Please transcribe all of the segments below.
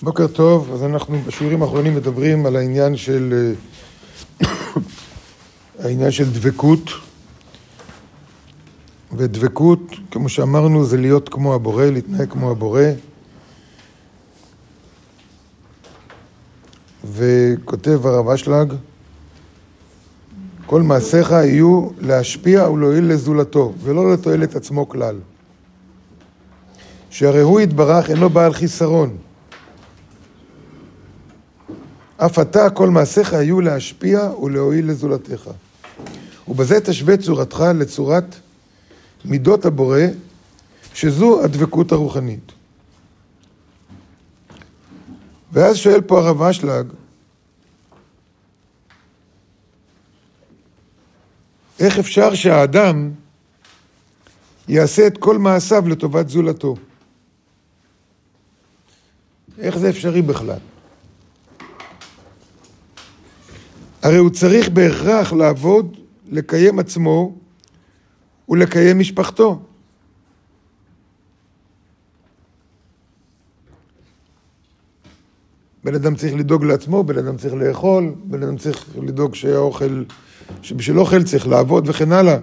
בוקר טוב. אז אנחנו בשיעורים האחרונים מדברים על העניין של דבקות. ודבקות, כמו שאמרנו, זה להיות כמו הבורא, להתנהג כמו הבורא. וכותב הרב אשלג, כל מעשיך יהיו להשפיע ולהועיל לזולתו, ולא לתועלת עצמו כלל. שהרי הוא יתברך אינו בעל חיסרון. אף אתה כל מעשיך יהיו להשפיע ולהועיל לזולתך. ובזה תשווה צורתך לצורת מידות הבורא, שזו הדבקות הרוחנית. ואז שואל פה הרב אשלג, איך אפשר שהאדם יעשה את כל מעשיו לטובת זולתו? איך זה אפשרי בכלל? הרי הוא צריך בהכרח לעבוד, לקיים עצמו ולקיים משפחתו. בן אדם צריך לדאוג לעצמו, בן אדם צריך לאכול, בן אדם צריך לדאוג שבשביל אוכל צריך לעבוד וכן הלאה.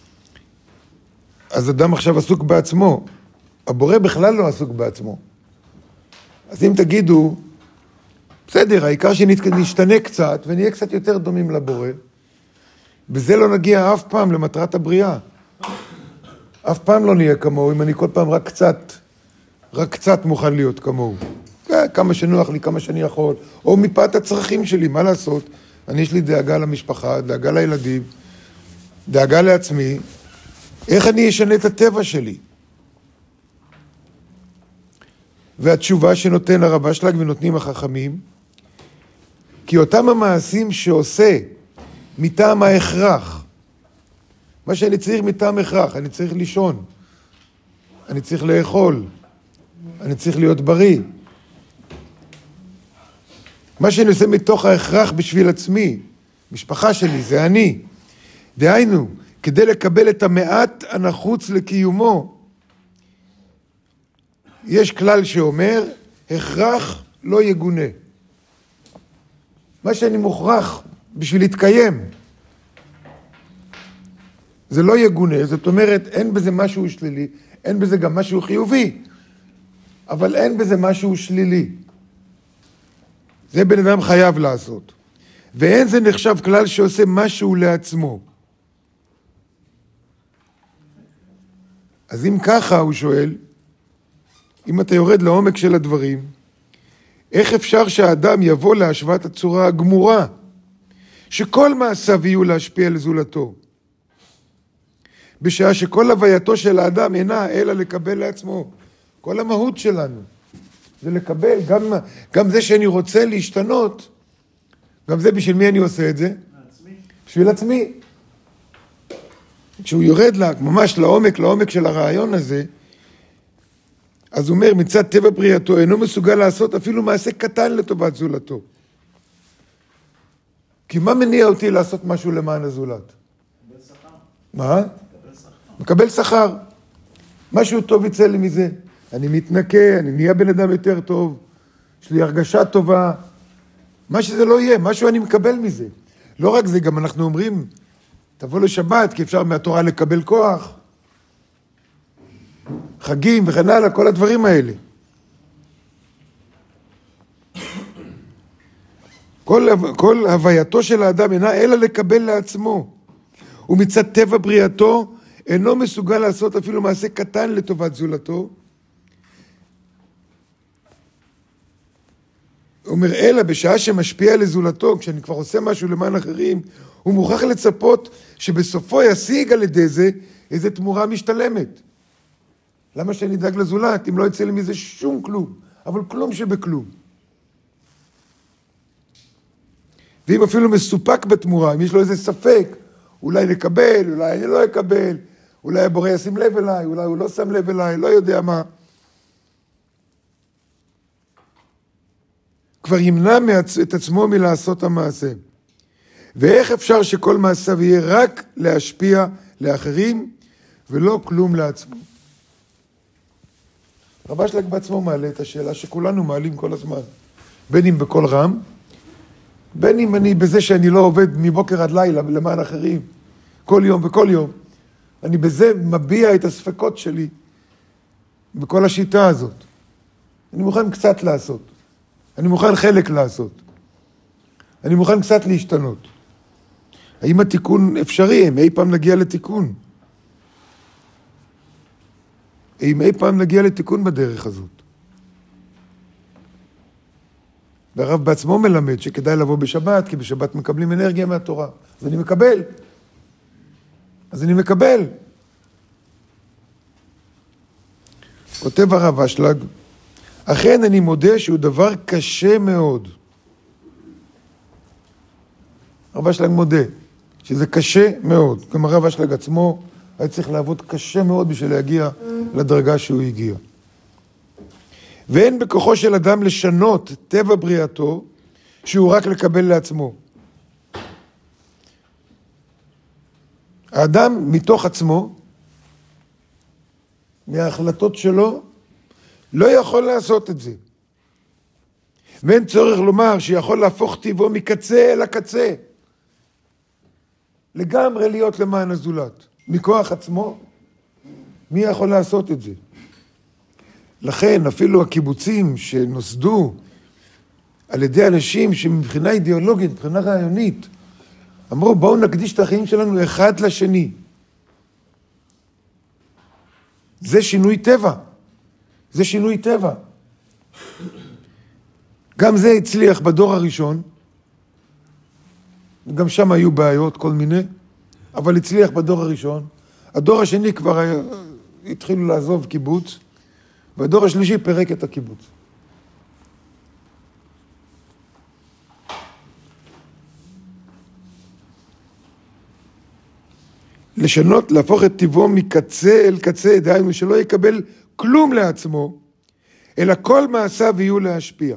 אז אדם עכשיו עסוק בעצמו. הבורא בכלל לא עסוק בעצמו. אז אם תגידו, בסדר, העיקר שנשתנה קצת ונהיה קצת יותר דומים לבורא, בזה לא נגיע אף פעם למטרת הבריאה. אף פעם לא נהיה כמוהו, אם אני כל פעם רק קצת מוכן להיות כמוהו. כמה שנוח לי, כמה שאני יכול, או מפאת הצרכים שלי, מה לעשות? יש לי דאגה למשפחה, דאגה לילדים, דאגה לעצמי. איך אני אשנה את הטבע שלי? והתשובה שנותן הרב אשלג ונותנים החכמים, כי אותם המעשים שעושה מטעם ההכרח, מה שאני צריך מטעם הכרח, אני צריך לישון, אני צריך לאכול, אני צריך להיות בריא. מה שאני עושה מתוך ההכרח בשביל עצמי, משפחה שלי, זה אני. דהיינו, כדי לקבל את המעט הנחוץ לקיומו, יש כלל שאומר, הכרח לא יגונה. מה שאני מוכרח בשביל להתקיים, זה לא יגונה. זאת אומרת, אין בזה משהו שלילי, אין בזה גם משהו חיובי, אבל אין בזה משהו שלילי. זה בן אדם חייב לעשות. ואין זה נחשב כלל שעושה משהו לעצמו. אז אם ככה, הוא שואל, אם אתה יורד לעומק של הדברים, איך אפשר שהאדם יבוא להשוואת הצורה הגמורה, שכל מעשיו יהיו להשפיע לזולתו, בשעה שכל הווייתו של האדם אינה אלא לקבל לעצמו. כל המהות שלנו זה לקבל, גם זה שאני רוצה להשתנות, גם זה בשביל מי אני עושה את זה? בשביל עצמי. כשהוא יורד ממש לעומק של הרעיון הזה, אז הוא אומר, מצד טבע בריאתו, אינו מסוגל לעשות אפילו מעשה קטן לטובת זולתו. כי מה מניע אותי לעשות משהו למען הזולת? מקבל שכר. מה? מקבל שכר. משהו טוב יצא לי מזה. אני מתנקה, אני נהיה בן אדם יותר טוב, יש לי הרגשה טובה. מה שזה לא יהיה, משהו אני מקבל מזה. לא רק זה, גם אנחנו אומרים, תבוא לשבת, כי אפשר מהתורה לקבל כוח. חגים וכן הלאה, כל הדברים האלה. כל הווייתו של האדם אינה אלא לקבל לעצמו. ומצד טבע בריאתו אינו מסוגל לעשות אפילו מעשה קטן לטובת זולתו. הוא אומר, אלא בשעה שמשפיע לזולתו, כשאני כבר עושה משהו למען אחרים, הוא מוכרח לצפות שבסופו ישיג על ידי זה איזו תמורה משתלמת. למה שאני אדאג לזולת, אם לא יצא לי מזה שום כלום, אבל כלום שבכלום. ואם אפילו מסופק בתמורה, אם יש לו איזה ספק, אולי נקבל, אולי אני לא אקבל, אולי הבורא ישים לב אליי, אולי הוא לא שם לב אליי, לא יודע מה. כבר ימנע את עצמו מלעשות המעשה. ואיך אפשר שכל מעשיו יהיה רק להשפיע לאחרים, ולא כלום לעצמו? רב אשלג בעצמו מעלה את השאלה שכולנו מעלים כל הזמן. בין אם בכל רם, בין אם אני בזה שאני לא עובד מבוקר עד לילה למען אחרים, כל יום וכל יום. אני בזה מביע את הספקות שלי בכל השיטה הזאת. אני מוכן קצת לעשות. אני מוכן חלק לעשות. אני מוכן קצת להשתנות. האם התיקון אפשרי? האם אי פעם נגיע לתיקון? האם אי פעם נגיע לתיקון בדרך הזאת? והרב בעצמו מלמד שכדאי לבוא בשבת, כי בשבת מקבלים אנרגיה מהתורה. אז אני מקבל. כותב הרב אשלג, אכן אני מודה שהוא דבר קשה מאוד. הרב אשלג מודה שזה קשה מאוד. גם הרב אשלג עצמו היה צריך לעבוד קשה מאוד בשביל להגיע לדרגה שהוא הגיע. ואין בכוחו של אדם לשנות טבע בריאתו שהוא רק לקבל לעצמו. האדם מתוך עצמו, מההחלטות שלו, לא יכול לעשות את זה. ואין צורך לומר שיכול להפוך טבעו מקצה אל הקצה. לגמרי להיות למען הזולת. מכוח עצמו, מי יכול לעשות את זה? לכן אפילו הקיבוצים שנוסדו על ידי אנשים שמבחינה אידיאולוגית, מבחינה רעיונית, אמרו בואו נקדיש את החיים שלנו אחד לשני. זה שינוי טבע. זה שינוי טבע. גם זה הצליח בדור הראשון, גם שם היו בעיות כל מיני, אבל הצליח בדור הראשון. הדור השני כבר התחילו לעזוב קיבוץ, והדור השלישי פרק את הקיבוץ. לשנות, להפוך את טבעו מקצה אל קצה, דהיינו שלא יקבל כלום לעצמו, אלא כל מעשיו יהיו להשפיע.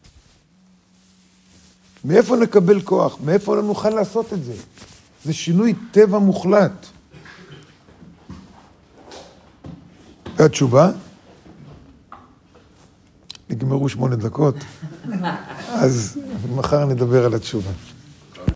מאיפה נקבל כוח? מאיפה לא נוכל לעשות את זה? זה שינוי טבע מוחלט. והתשובה? נגמרו 8 דקות, אז מחר נדבר על התשובה.